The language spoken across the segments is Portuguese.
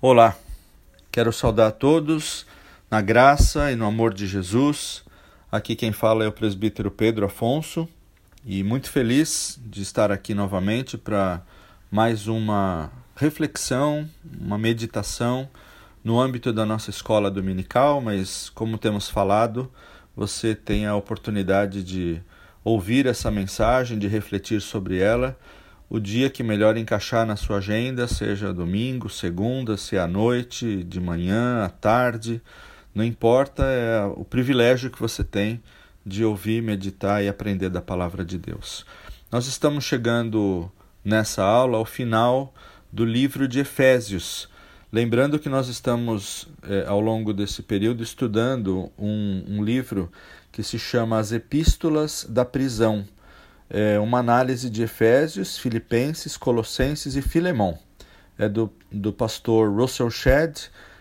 Olá, quero saudar a todos na graça e no amor de Jesus. Aqui quem fala é o presbítero Pedro Afonso e muito feliz de estar aqui novamente para mais uma reflexão, uma meditação no âmbito da nossa escola dominical, mas como temos falado, você tem a oportunidade de ouvir essa mensagem, de refletir sobre ela, o dia que melhor encaixar na sua agenda, seja domingo, segunda, se é à noite, de manhã, à tarde, não importa, é o privilégio que você tem de ouvir, meditar e aprender da palavra de Deus. Nós estamos chegando nessa aula ao final do livro de Efésios. Lembrando que nós estamos, ao longo desse período, estudando um livro que se chama As Epístolas da Prisão. É uma análise de Efésios, Filipenses, Colossenses e Filemão. É do pastor Russell Shedd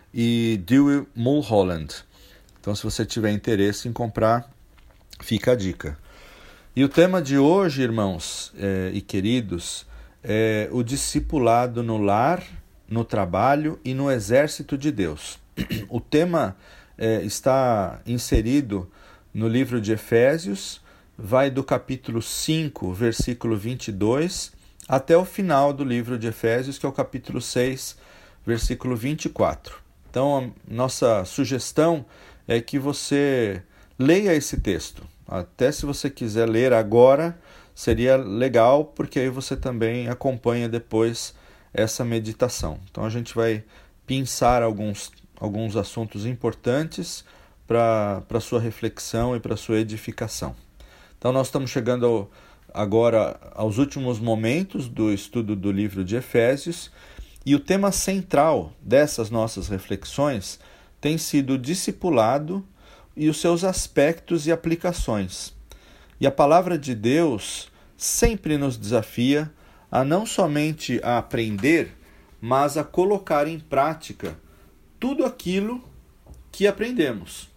e Dewey Mulholland. Então, se você tiver interesse em comprar, fica a dica. E o tema de hoje, irmãos e queridos, é o discipulado no lar, no trabalho e no exército de Deus. O tema está inserido no livro de Efésios, vai do capítulo 5, versículo 22, até o final do livro de Efésios, que é o capítulo 6, versículo 24. Então, a nossa sugestão é que você leia esse texto. Até se você quiser ler agora, seria legal, porque aí você também acompanha depois essa meditação. Então, a gente vai pensar alguns assuntos importantes para a sua reflexão e para a sua edificação. Então nós estamos chegando agora aos últimos momentos do estudo do livro de Efésios e o tema central dessas nossas reflexões tem sido o discipulado e os seus aspectos e aplicações. E a palavra de Deus sempre nos desafia a não somente a aprender, mas a colocar em prática tudo aquilo que aprendemos.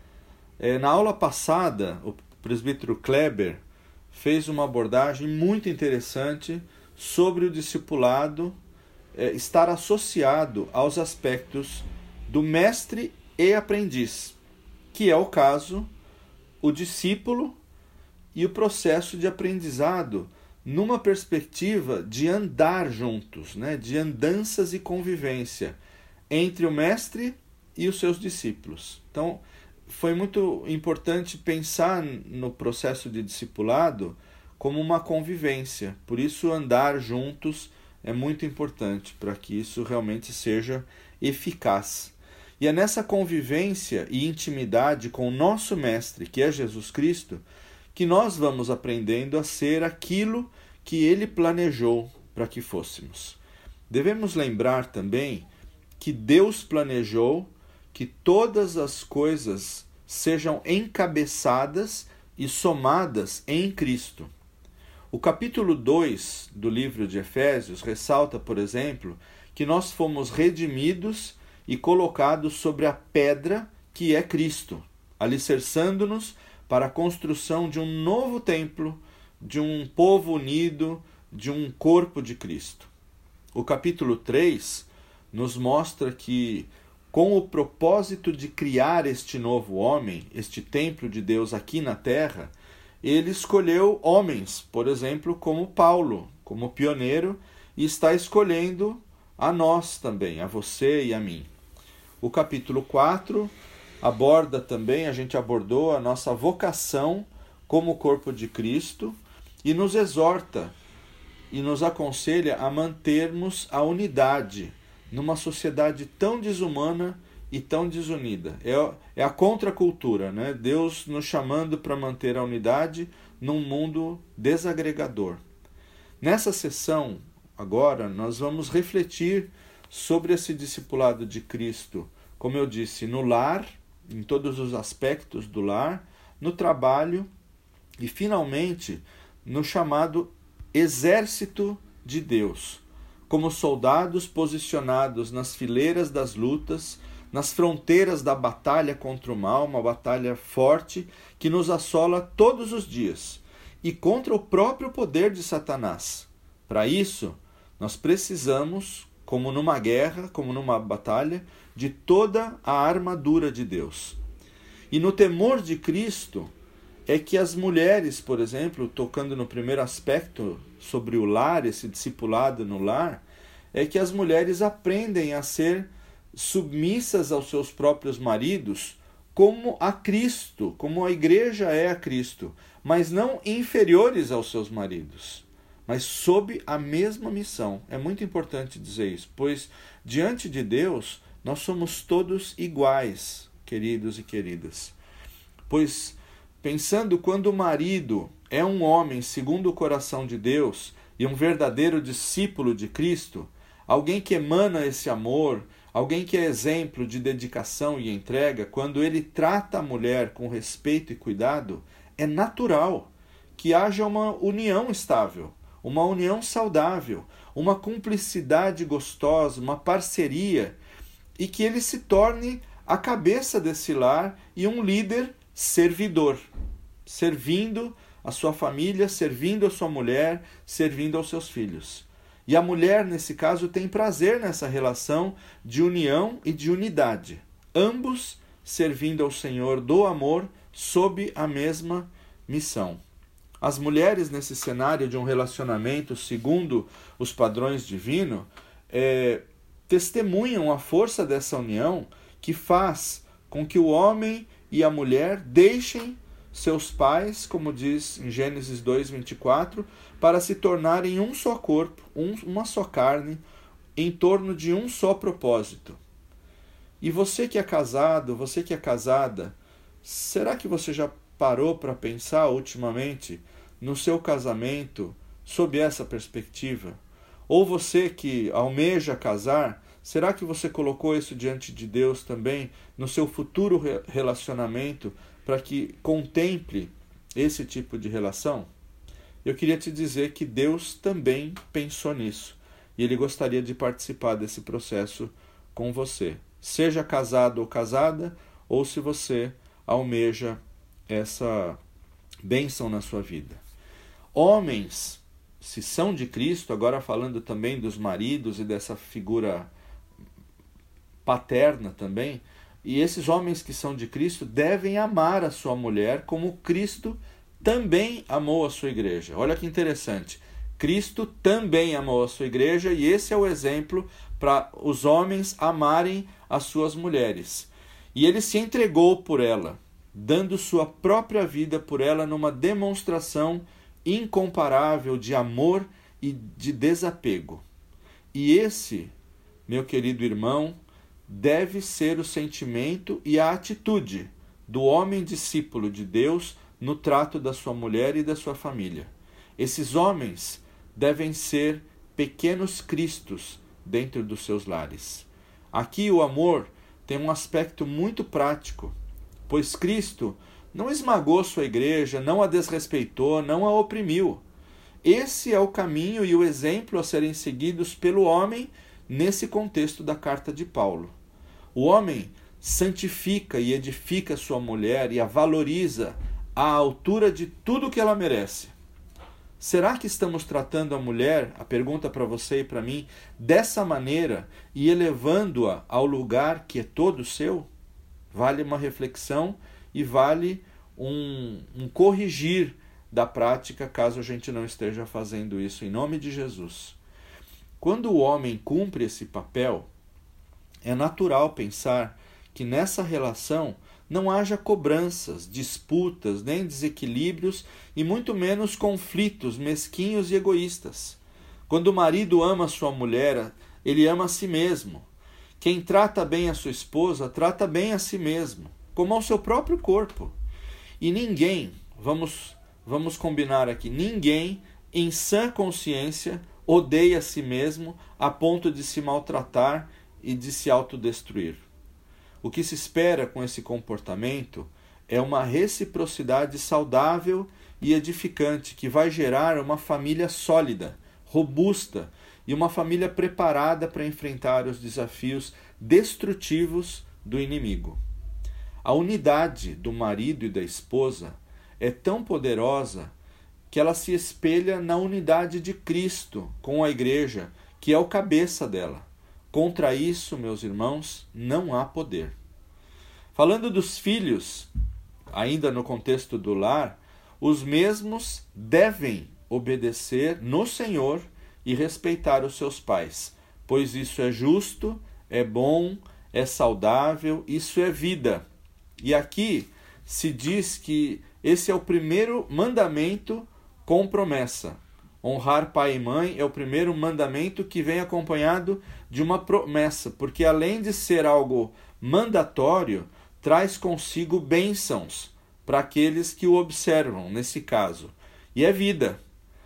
Na aula passada, o presbítero Kleber fez uma abordagem muito interessante sobre o discipulado estar associado aos aspectos do mestre e aprendiz, que é o caso, o discípulo e o processo de aprendizado numa perspectiva de andar juntos, de andanças e convivência entre o mestre e os seus discípulos. Então, foi muito importante pensar no processo de discipulado como uma convivência. Por isso, andar juntos é muito importante para que isso realmente seja eficaz. E é nessa convivência e intimidade com o nosso Mestre, que é Jesus Cristo, que nós vamos aprendendo a ser aquilo que Ele planejou para que fôssemos. Devemos lembrar também que Deus planejou que todas as coisas sejam encabeçadas e somadas em Cristo. O capítulo 2 do livro de Efésios ressalta, por exemplo, que nós fomos redimidos e colocados sobre a pedra que é Cristo, alicerçando-nos para a construção de um novo templo, de um povo unido, de um corpo de Cristo. O capítulo 3 nos mostra que, com o propósito de criar este novo homem, este templo de Deus aqui na terra, ele escolheu homens, por exemplo, como Paulo, como pioneiro, e está escolhendo a nós também, a você e a mim. O capítulo 4 aborda também, a gente abordou a nossa vocação como corpo de Cristo e nos exorta e nos aconselha a mantermos a unidade numa sociedade tão desumana e tão desunida. É a contracultura, Deus nos chamando para manter a unidade num mundo desagregador. Nessa sessão, agora, nós vamos refletir sobre esse discipulado de Cristo, como eu disse, no lar, em todos os aspectos do lar, no trabalho e, finalmente, no chamado exército de Deus, como soldados posicionados nas fileiras das lutas, nas fronteiras da batalha contra o mal, uma batalha forte que nos assola todos os dias, e contra o próprio poder de Satanás. Para isso, nós precisamos, como numa guerra, como numa batalha, de toda a armadura de Deus. E no temor de Cristo é que as mulheres, por exemplo, tocando no primeiro aspecto sobre o lar, esse discipulado no lar, é que as mulheres aprendem a ser submissas aos seus próprios maridos como a Cristo, como a igreja é a Cristo, mas não inferiores aos seus maridos, mas sob a mesma missão. É muito importante dizer isso, pois diante de Deus nós somos todos iguais, queridos e queridas. Pois pensando quando o marido é um homem segundo o coração de Deus e um verdadeiro discípulo de Cristo, alguém que emana esse amor, alguém que é exemplo de dedicação e entrega, quando ele trata a mulher com respeito e cuidado, é natural que haja uma união estável, uma união saudável, uma cumplicidade gostosa, uma parceria, e que ele se torne a cabeça desse lar e um líder servidor, servindo a sua família, servindo a sua mulher, servindo aos seus filhos. E a mulher, nesse caso, tem prazer nessa relação de união e de unidade, ambos servindo ao Senhor do amor sob a mesma missão. As mulheres, nesse cenário de um relacionamento segundo os padrões divinos, testemunham a força dessa união que faz com que o homem e a mulher deixem seus pais, como diz em Gênesis 2:24, para se tornarem um só corpo, uma só carne, em torno de um só propósito. E você que é casado, você que é casada, será que você já parou para pensar ultimamente no seu casamento sob essa perspectiva? Ou você que almeja casar, será que você colocou isso diante de Deus também no seu futuro relacionamento para que contemple esse tipo de relação? Eu queria te dizer que Deus também pensou nisso e Ele gostaria de participar desse processo com você. Seja casado ou casada, ou se você almeja essa bênção na sua vida. Homens, se são de Cristo, agora falando também dos maridos e dessa figura paterna também, e esses homens que são de Cristo devem amar a sua mulher como Cristo também amou a sua igreja. Olha que interessante. Cristo também amou a sua igreja e esse é o exemplo para os homens amarem as suas mulheres. E ele se entregou por ela, dando sua própria vida por ela numa demonstração incomparável de amor e de desapego. E esse, meu querido irmão, deve ser o sentimento e a atitude do homem discípulo de Deus no trato da sua mulher e da sua família. Esses homens devem ser pequenos cristos dentro dos seus lares. Aqui o amor tem um aspecto muito prático, pois Cristo não esmagou sua igreja, não a desrespeitou, não a oprimiu. Esse é o caminho e o exemplo a serem seguidos pelo homem nesse contexto da carta de Paulo. O homem santifica e edifica sua mulher e a valoriza à altura de tudo que ela merece. Será que estamos tratando a mulher, a pergunta para você e para mim, dessa maneira e elevando-a ao lugar que é todo seu? Vale uma reflexão e vale um corrigir da prática, caso a gente não esteja fazendo isso, em nome de Jesus. Quando o homem cumpre esse papel, é natural pensar que nessa relação não haja cobranças, disputas, nem desequilíbrios e muito menos conflitos mesquinhos e egoístas. Quando o marido ama sua mulher, ele ama a si mesmo. Quem trata bem a sua esposa, trata bem a si mesmo, como ao seu próprio corpo. E ninguém, vamos combinar aqui, ninguém em sã consciência odeia a si mesmo a ponto de se maltratar e de se autodestruir. O que se espera com esse comportamento é uma reciprocidade saudável e edificante que vai gerar uma família sólida, robusta e uma família preparada para enfrentar os desafios destrutivos do inimigo. A unidade do marido e da esposa é tão poderosa que ela se espelha na unidade de Cristo com a igreja, que é o cabeça dela. Contra isso, meus irmãos, não há poder. Falando dos filhos, ainda no contexto do lar, os mesmos devem obedecer no Senhor e respeitar os seus pais, pois isso é justo, é bom, é saudável, isso é vida. E aqui se diz que esse é o primeiro mandamento com promessa. Honrar pai e mãe é o primeiro mandamento que vem acompanhado de uma promessa, porque além de ser algo mandatório, traz consigo bênçãos para aqueles que o observam, nesse caso. E é vida.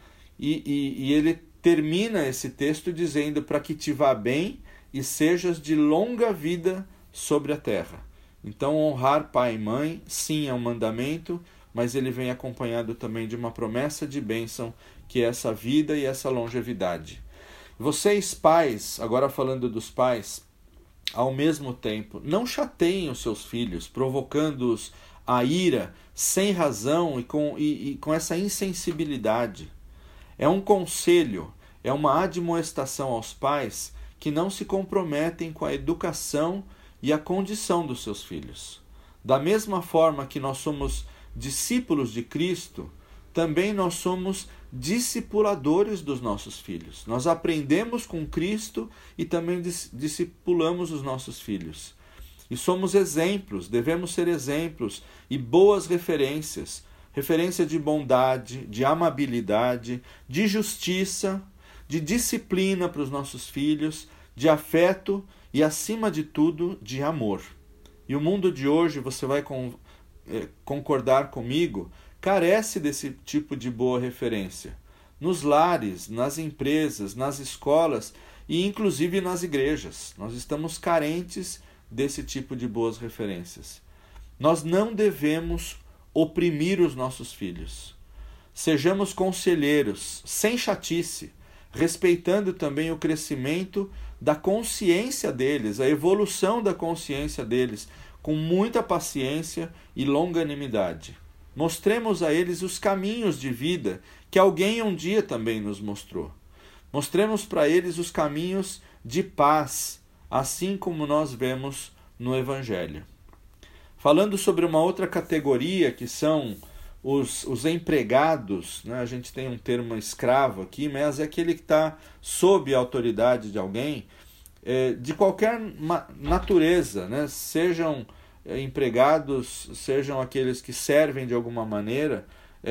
E ele termina esse texto dizendo: para que te vá bem e sejas de longa vida sobre a terra. Então, honrar pai e mãe, sim, é um mandamento, mas ele vem acompanhado também de uma promessa de bênção, que é essa vida e essa longevidade. Vocês, pais, agora falando dos pais, ao mesmo tempo, não chateiem os seus filhos, provocando-os a ira sem razão e com essa insensibilidade. É um conselho, é uma admoestação aos pais que não se comprometem com a educação e a condição dos seus filhos. Da mesma forma que nós somos discípulos de Cristo, também nós somos discipuladores dos nossos filhos. Nós aprendemos com Cristo e também discipulamos os nossos filhos. E somos exemplos, devemos ser exemplos e boas referências. Referência de bondade, de amabilidade, de justiça, de disciplina para os nossos filhos, de afeto e, acima de tudo, de amor. E o mundo de hoje, você vai concordar comigo, carece desse tipo de boa referência. Nos lares, nas empresas, nas escolas e inclusive nas igrejas. Nós estamos carentes desse tipo de boas referências. Nós não devemos oprimir os nossos filhos. Sejamos conselheiros, sem chatice, respeitando também o crescimento da consciência deles, a evolução da consciência deles, com muita paciência e longanimidade. Mostremos a eles os caminhos de vida que alguém um dia também nos mostrou. Mostremos para eles os caminhos de paz, assim como nós vemos no Evangelho. Falando sobre uma outra categoria, que são os empregados, né? A gente tem um termo escravo aqui, mas é aquele que está sob a autoridade de alguém, de qualquer natureza, né? Sejam empregados, sejam aqueles que servem de alguma maneira,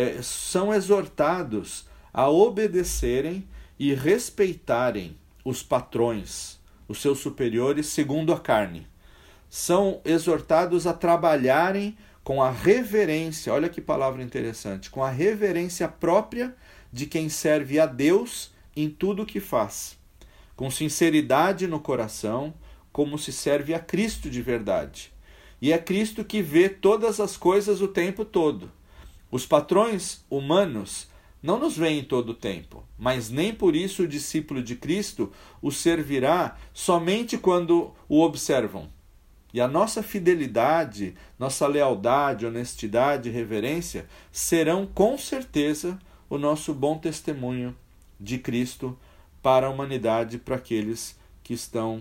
são exortados a obedecerem e respeitarem os patrões, os seus superiores, segundo a carne. São exortados a trabalharem com a reverência, olha que palavra interessante, com a reverência própria de quem serve a Deus em tudo o que faz, com sinceridade no coração, como se serve a Cristo de verdade. E é Cristo que vê todas as coisas o tempo todo. Os patrões humanos não nos veem todo o tempo, mas nem por isso o discípulo de Cristo o servirá somente quando o observam. E a nossa fidelidade, nossa lealdade, honestidade e reverência serão com certeza o nosso bom testemunho de Cristo para a humanidade, para aqueles que estão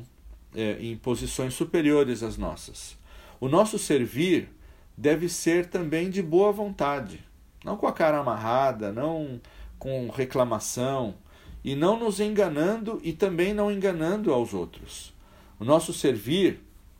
em posições superiores às nossas. O nosso servir deve ser também de boa vontade, não com a cara amarrada, não com reclamação, e não nos enganando e também não enganando aos outros. O nosso servir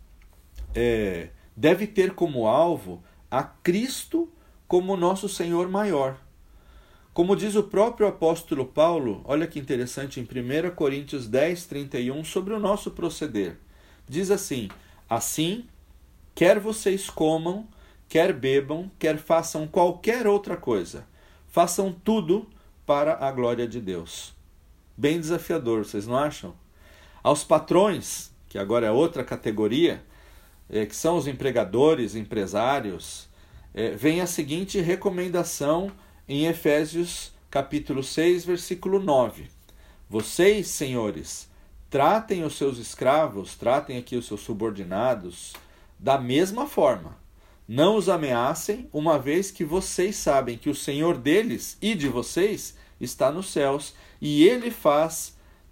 deve ter como alvo a Cristo como nosso Senhor maior. Como diz o próprio apóstolo Paulo, olha que interessante, em 1 Coríntios 10, 31, sobre o nosso proceder. Diz assim: assim, quer vocês comam, quer bebam, quer façam qualquer outra coisa, façam tudo para a glória de Deus. Bem desafiador, vocês não acham? Aos patrões, que agora é outra categoria, que são os empregadores, empresários, vem a seguinte recomendação em Efésios capítulo 6, versículo 9. Vocês, senhores, tratem os seus escravos, tratem aqui os seus subordinados, da mesma forma. Não os ameacem, uma vez que vocês sabem que o Senhor deles e de vocês está nos céus, e ele faz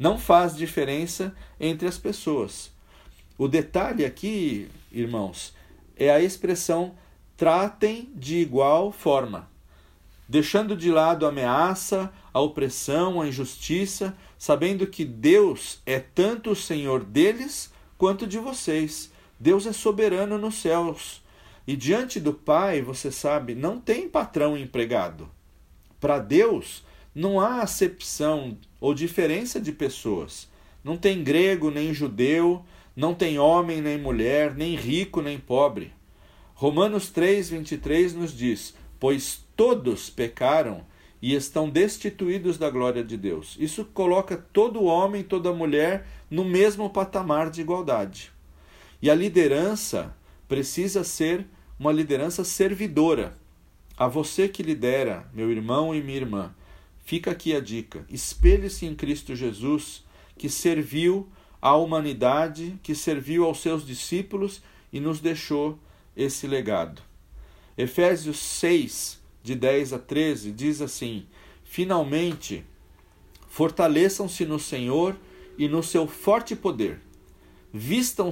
não faz diferença entre as pessoas. O detalhe aqui, irmãos, é a expressão tratem de igual forma, deixando de lado a ameaça, a opressão, a injustiça, sabendo que Deus é tanto o Senhor deles quanto de vocês. Deus é soberano nos céus. E diante do Pai, você sabe, não tem patrão e empregado. Para Deus, não há acepção ou diferença de pessoas. Não tem grego nem judeu, não tem homem nem mulher, nem rico nem pobre. Romanos 3:23 nos diz: pois todos pecaram e estão destituídos da glória de Deus. Isso coloca todo homem e toda mulher no mesmo patamar de igualdade. E a liderança precisa ser uma liderança servidora. A você que lidera, meu irmão e minha irmã, fica aqui a dica: espelhe-se em Cristo Jesus, que serviu à humanidade, que serviu aos seus discípulos e nos deixou esse legado. Efésios 6, de 10 a 13, diz assim: finalmente, fortaleçam-se no Senhor e no seu forte poder. Vistam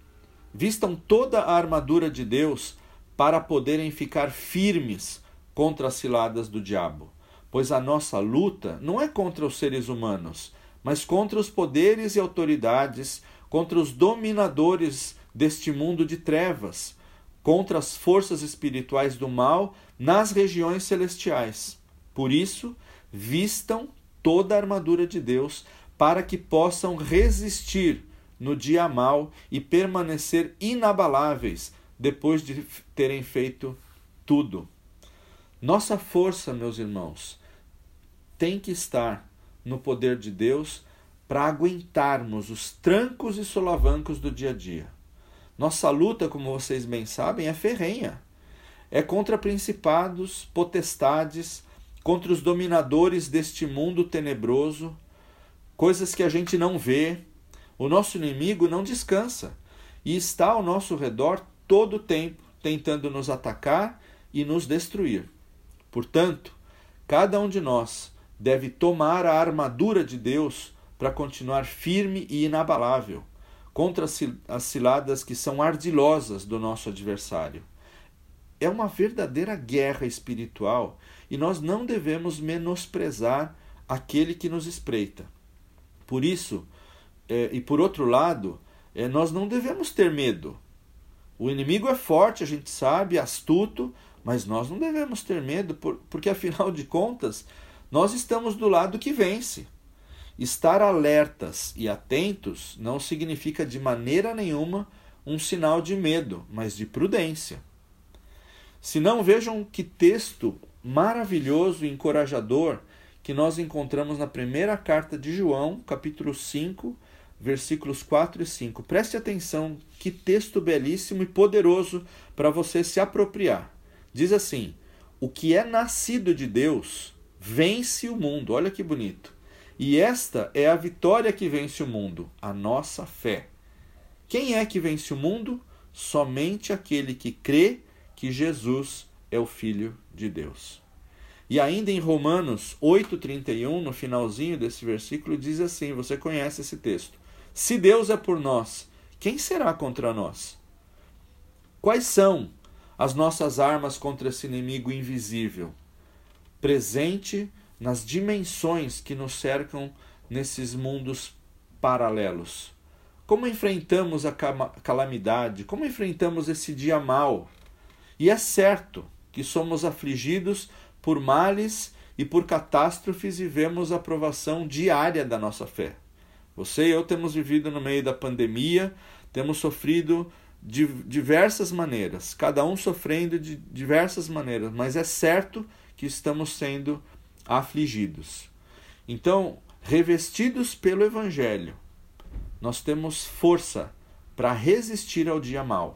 toda a armadura de Deus para poderem ficar firmes contra as ciladas do diabo. Pois a nossa luta não é contra os seres humanos, mas contra os poderes e autoridades, contra os dominadores deste mundo de trevas, contra as forças espirituais do mal nas regiões celestiais. Por isso, vistam toda a armadura de Deus para que possam resistir no dia mau e permanecer inabaláveis depois de terem feito tudo. Nossa força, meus irmãos, tem que estar no poder de Deus para aguentarmos os trancos e solavancos do dia a dia. Nossa luta, como vocês bem sabem, é ferrenha. É contra principados, potestades, contra os dominadores deste mundo tenebroso, coisas que a gente não vê. O nosso inimigo não descansa e está ao nosso redor todo o tempo, tentando nos atacar e nos destruir. Portanto, cada um de nós deve tomar a armadura de Deus para continuar firme e inabalável contra as ciladas que são ardilosas do nosso adversário. É uma verdadeira guerra espiritual e nós não devemos menosprezar aquele que nos espreita. Por isso, e por outro lado, nós não devemos ter medo. O inimigo é forte, a gente sabe, astuto, mas nós não devemos ter medo, porque afinal de contas, nós estamos do lado que vence. Estar alertas e atentos não significa de maneira nenhuma um sinal de medo, mas de prudência. Se não, vejam que texto maravilhoso e encorajador que nós encontramos na primeira carta de João, capítulo 5, versículos 4 e 5. Preste atenção, que texto belíssimo e poderoso para você se apropriar. Diz assim: o que é nascido de Deus vence o mundo. Olha que bonito. E esta é a vitória que vence o mundo, a nossa fé. Quem é que vence o mundo? Somente aquele que crê que Jesus é o Filho de Deus. E ainda em Romanos 8,31, no finalzinho desse versículo, diz assim, você conhece esse texto: se Deus é por nós, quem será contra nós? Quais são as nossas armas contra esse inimigo invisível, presente nas dimensões que nos cercam nesses mundos paralelos? Como enfrentamos a calamidade? Como enfrentamos esse dia mau? E é certo que somos afligidos por males e por catástrofes e vemos a provação diária da nossa fé. Você e eu temos vivido no meio da pandemia, temos sofrido de diversas maneiras, cada um sofrendo de diversas maneiras, mas é certo que estamos sendo afligidos. Então, revestidos pelo Evangelho, nós temos força para resistir ao dia mau.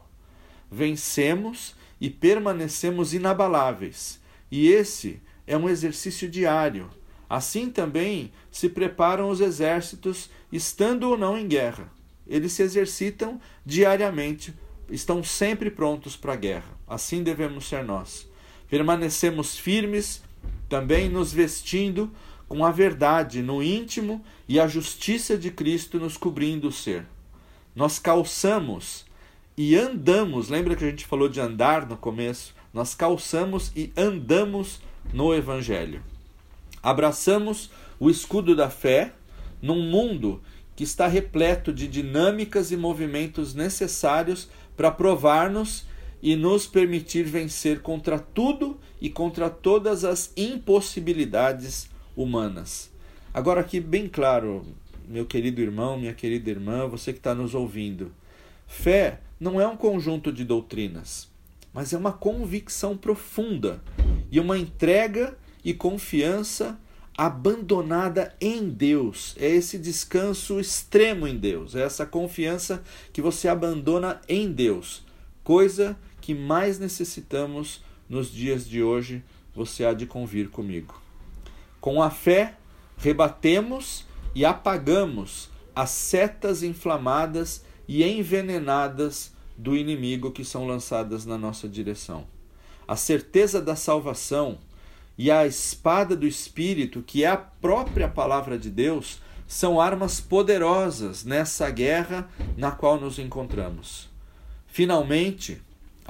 Vencemos e permanecemos inabaláveis. E esse é um exercício diário. Assim também se preparam os exércitos, estando ou não em guerra. Eles se exercitam diariamente, estão sempre prontos para a guerra. Assim devemos ser nós. Permanecemos firmes, também nos vestindo com a verdade no íntimo e a justiça de Cristo nos cobrindo o ser. Nós calçamos e andamos, lembra que a gente falou de andar no começo? Nós calçamos e andamos no Evangelho. Abraçamos o escudo da fé num mundo que está repleto de dinâmicas e movimentos necessários para provar-nos e nos permitir vencer contra tudo e contra todas as impossibilidades humanas. Agora aqui bem claro, meu querido irmão, minha querida irmã, você que está nos ouvindo. Fé não é um conjunto de doutrinas, mas é uma convicção profunda e uma entrega e confiança abandonada em Deus. É esse descanso extremo em Deus, é essa confiança que você abandona em Deus, coisa que mais necessitamos nos dias de hoje, você há de convir comigo. Com a fé, rebatemos e apagamos as setas inflamadas e envenenadas do inimigo que são lançadas na nossa direção. A certeza da salvação e a espada do Espírito, que é a própria palavra de Deus, são armas poderosas nessa guerra na qual nos encontramos. Finalmente,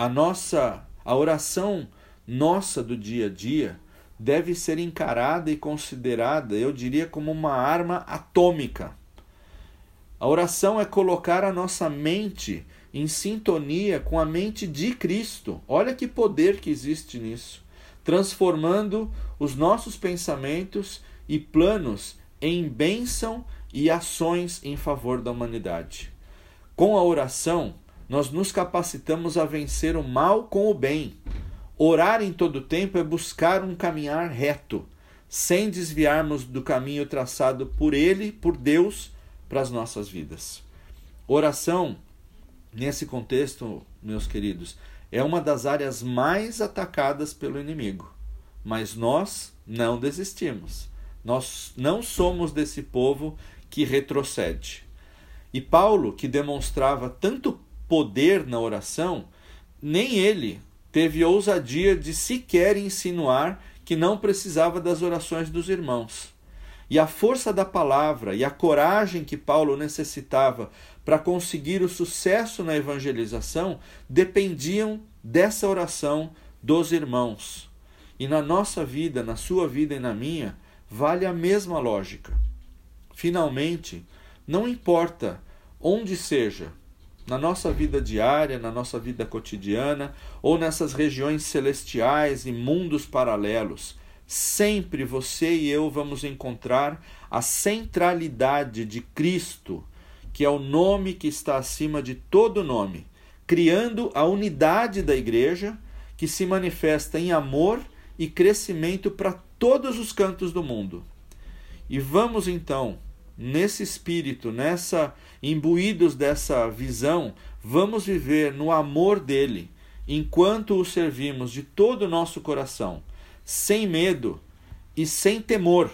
a oração nossa do dia a dia deve ser encarada e considerada, eu diria, como uma arma atômica. A oração é colocar a nossa mente em sintonia com a mente de Cristo. Olha que poder que existe nisso. Transformando os nossos pensamentos e planos em bênção e ações em favor da humanidade. Com a oração, nós nos capacitamos a vencer o mal com o bem. Orar em todo tempo é buscar um caminhar reto, sem desviarmos do caminho traçado por Ele, por Deus, para as nossas vidas. Oração, nesse contexto, meus queridos, é uma das áreas mais atacadas pelo inimigo. Mas nós não desistimos. Nós não somos desse povo que retrocede. E Paulo, que demonstrava tanto poder na oração, nem ele teve ousadia de sequer insinuar que não precisava das orações dos irmãos. E a força da palavra e a coragem que Paulo necessitava para conseguir o sucesso na evangelização dependiam dessa oração dos irmãos. E na nossa vida, na sua vida e na minha, vale a mesma lógica. Finalmente, não importa onde seja, na nossa vida diária, na nossa vida cotidiana, ou nessas regiões celestiais e mundos paralelos, sempre você e eu vamos encontrar a centralidade de Cristo, que é o nome que está acima de todo nome, criando a unidade da igreja, que se manifesta em amor e crescimento para todos os cantos do mundo. E vamos então, nesse espírito, imbuídos dessa visão, vamos viver no amor dele, enquanto o servimos de todo o nosso coração, sem medo e sem temor,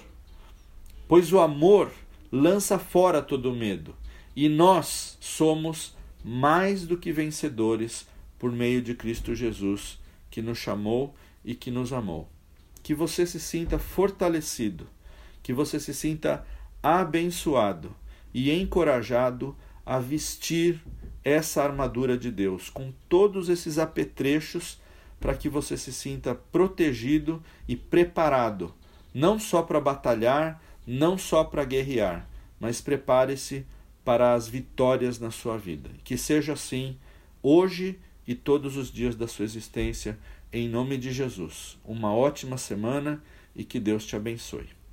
pois o amor lança fora todo medo, e nós somos mais do que vencedores por meio de Cristo Jesus, que nos chamou e que nos amou. Que você se sinta fortalecido, que você se sinta abençoado e encorajado a vestir essa armadura de Deus, com todos esses apetrechos, para que você se sinta protegido e preparado, não só para batalhar, não só para guerrear, mas prepare-se para as vitórias na sua vida. Que seja assim, hoje e todos os dias da sua existência, em nome de Jesus. Uma ótima semana e que Deus te abençoe.